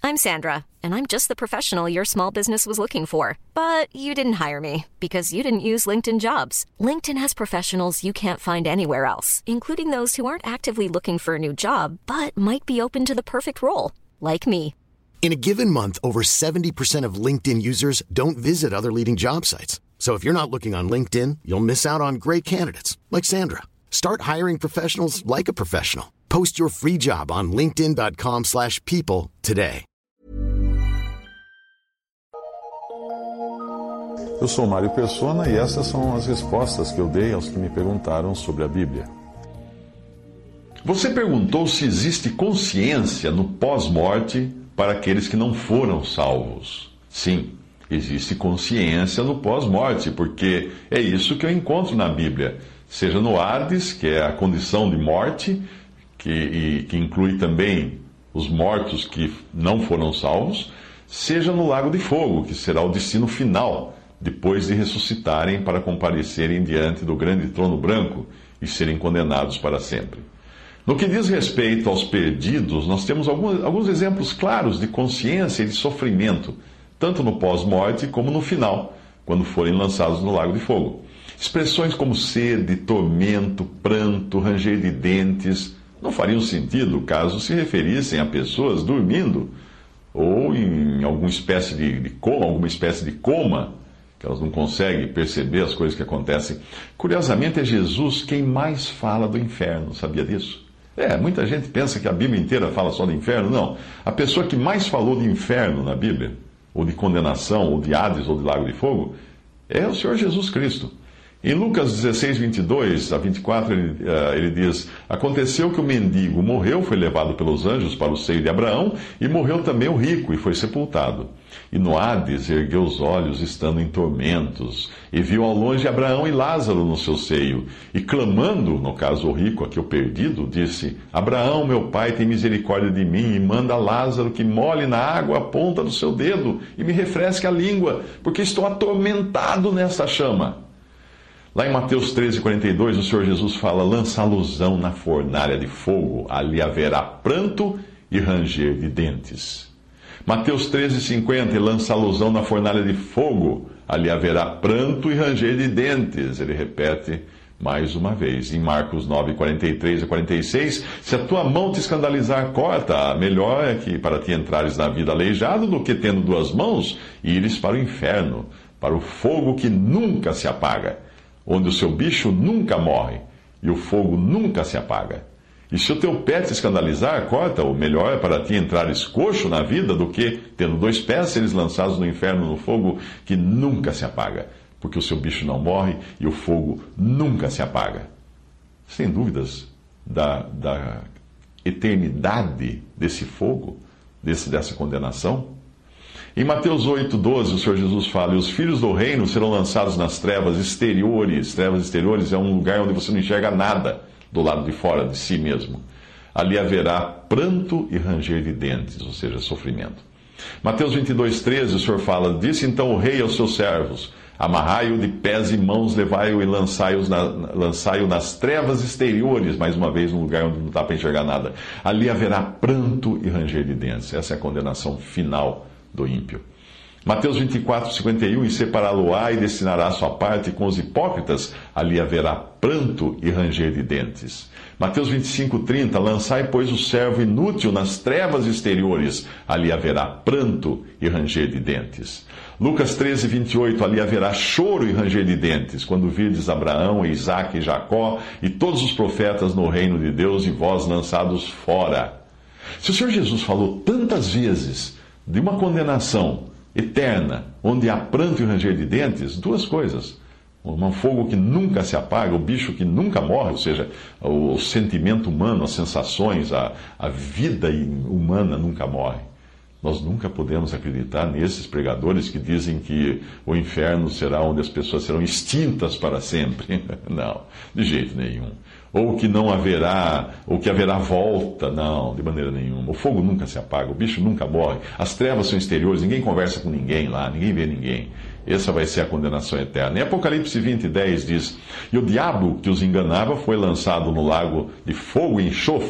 I'm Sandra, and I'm just the professional your small business was looking for. But you didn't hire me because you didn't use LinkedIn Jobs. LinkedIn has professionals you can't find anywhere else, including those who aren't actively looking for a new job, but might be open to the perfect role, like me. In a given month, over 70% of LinkedIn users don't visit other leading job sites. So if you're not looking on LinkedIn, you'll miss out on great candidates like Sandra. Start hiring professionals like a professional. Post your free job on linkedin.com/people today. Eu sou Mário Persona e essas são as respostas que eu dei aos que me perguntaram sobre a Bíblia. Você perguntou se existe consciência no pós-morte para aqueles que não foram salvos. Sim, existe consciência no pós-morte, porque é isso que eu encontro na Bíblia. Seja no Hades, que é a condição de morte, que inclui também os mortos que não foram salvos, seja no Lago de Fogo, que será o destino final, depois de ressuscitarem para comparecerem diante do grande trono branco e serem condenados para sempre. No que diz respeito aos perdidos, nós temos alguns exemplos claros de consciência e de sofrimento, tanto no pós-morte como no final, quando forem lançados no Lago de Fogo. Expressões como sede, tormento, pranto, ranger de dentes não fariam sentido caso se referissem a pessoas dormindo ou em alguma espécie de coma, que elas não conseguem perceber as coisas que acontecem. Curiosamente, é Jesus quem mais fala do inferno, sabia disso? Muita gente pensa que a Bíblia inteira fala só do inferno. Não. A pessoa que mais falou de inferno na Bíblia, ou de condenação, ou de Hades, ou de Lago de Fogo, é o Senhor Jesus Cristo. Em Lucas 16, 22 a 24, ele diz: Aconteceu que o mendigo morreu, foi levado pelos anjos para o seio de Abraão, e morreu também o rico, e foi sepultado. E no Hades ergueu os olhos, estando em tormentos, e viu ao longe Abraão e Lázaro no seu seio. E clamando, no caso o rico, aqui o perdido, disse: Abraão, meu pai, tem misericórdia de mim, e manda Lázaro que molhe na água a ponta do seu dedo, e me refresque a língua, porque estou atormentado nesta chama. Lá em Mateus 13, 42, o Senhor Jesus fala: lançá-losão na fornalha de fogo, ali haverá pranto e ranger de dentes. Mateus 13, 50, lançá-losão na fornalha de fogo, ali haverá pranto e ranger de dentes. Ele repete mais uma vez. Em Marcos 9, 43 a 46, se a tua mão te escandalizar, corta. Melhor é que para ti entrares na vida aleijado do que tendo duas mãos, ires para o inferno, para o fogo que nunca se apaga, onde o seu bicho nunca morre e o fogo nunca se apaga. E se o teu pé te escandalizar, corta-o. Melhor é para ti entrares coxo na vida do que, tendo dois pés, seres lançados no inferno, no fogo que nunca se apaga, porque o seu bicho não morre e o fogo nunca se apaga. Sem dúvidas da eternidade desse fogo, dessa condenação. Em Mateus 8,12, o Senhor Jesus fala: e os filhos do reino serão lançados nas trevas exteriores. Trevas exteriores é um lugar onde você não enxerga nada do lado de fora de si mesmo. Ali haverá pranto e ranger de dentes, ou seja, sofrimento. Mateus 22,13, o Senhor fala: disse então o rei aos seus servos: amarrai-o de pés e mãos, levai-o e lançai-o nas trevas exteriores, mais uma vez, num lugar onde não dá para enxergar nada. Ali haverá pranto e ranger de dentes. Essa é a condenação final do ímpio. Mateus 24, 51, e separá-lo-á e destinará a sua parte com os hipócritas, ali haverá pranto e ranger de dentes. Mateus 25, 30, lançai, pois, o servo inútil nas trevas exteriores, ali haverá pranto e ranger de dentes. Lucas 13, 28, ali haverá choro e ranger de dentes, quando virdes Abraão, Isaque e Jacó e todos os profetas no reino de Deus e vós lançados fora. Se o Senhor Jesus falou tantas vezes de uma condenação eterna, onde há pranto e ranger de dentes, duas coisas: um fogo que nunca se apaga, o bicho que nunca morre, ou seja, o sentimento humano, as sensações, a vida humana nunca morre. Nós nunca podemos acreditar nesses pregadores que dizem que o inferno será onde as pessoas serão extintas para sempre. Não, de jeito nenhum. Ou que não haverá, ou que haverá volta. Não, de maneira nenhuma. O fogo nunca se apaga, o bicho nunca morre. As trevas são exteriores, ninguém conversa com ninguém lá, ninguém vê ninguém. Essa vai ser a condenação eterna. Em Apocalipse 20, 10 diz: e o diabo que os enganava foi lançado no lago de fogo e enxofre,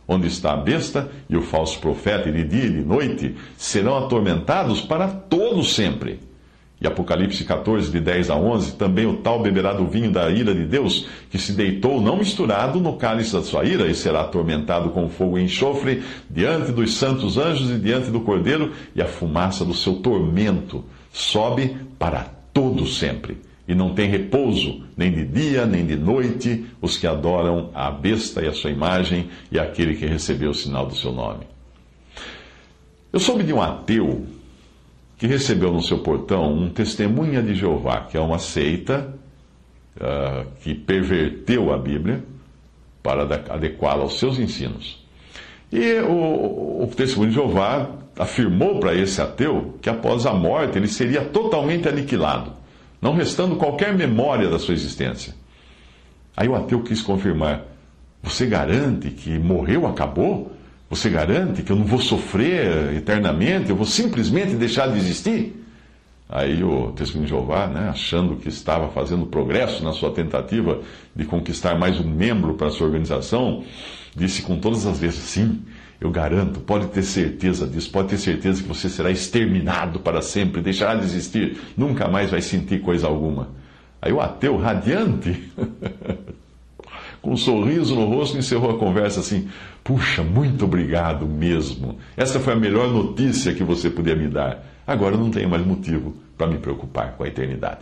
onde está a besta e o falso profeta, e de dia e de noite serão atormentados para todo sempre. E Apocalipse 14, de 10 a 11, também o tal beberá do vinho da ira de Deus, que se deitou não misturado no cálice da sua ira, e será atormentado com fogo e enxofre, diante dos santos anjos e diante do Cordeiro, e a fumaça do seu tormento sobe para todo sempre. E não tem repouso, nem de dia, nem de noite, os que adoram a besta e a sua imagem, e aquele que recebeu o sinal do seu nome. Eu soube de um ateu que recebeu no seu portão um Testemunha de Jeová, que é uma seita que perverteu a Bíblia para adequá-la aos seus ensinos. E o Testemunho de Jeová afirmou para esse ateu que após a morte ele seria totalmente aniquilado, não restando qualquer memória da sua existência. Aí o ateu quis confirmar: você garante que morreu, acabou? Você garante que eu não vou sofrer eternamente? Eu vou simplesmente deixar de existir? Aí o Testemunho de Jeová, né, achando que estava fazendo progresso na sua tentativa de conquistar mais um membro para a sua organização, disse com todas as vezes: sim, eu garanto, pode ter certeza disso, pode ter certeza que você será exterminado para sempre, deixará de existir, nunca mais vai sentir coisa alguma. Aí o ateu, radiante, com um sorriso no rosto, encerrou a conversa assim: puxa, muito obrigado mesmo. Essa foi a melhor notícia que você podia me dar. Agora eu não tenho mais motivo para me preocupar com a eternidade.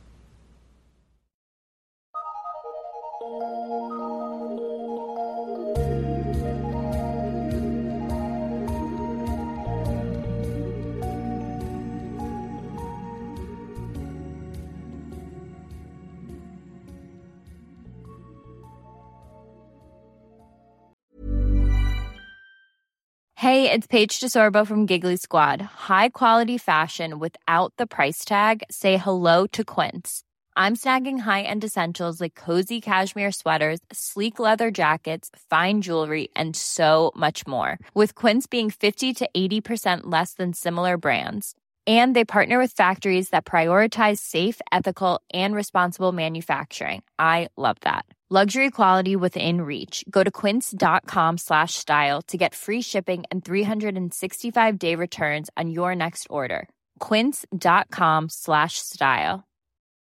Hey, it's Paige DeSorbo from Giggly Squad. High quality fashion without the price tag. Say hello to Quince. I'm snagging high-end essentials like cozy cashmere sweaters, sleek leather jackets, fine jewelry, and so much more. With Quince being 50 to 80% less than similar brands. And they partner with factories that prioritize safe, ethical, and responsible manufacturing. I love that. Luxury quality within reach. Go to quince.com/style to get free shipping and 365-day returns on your next order. Quince.com/style.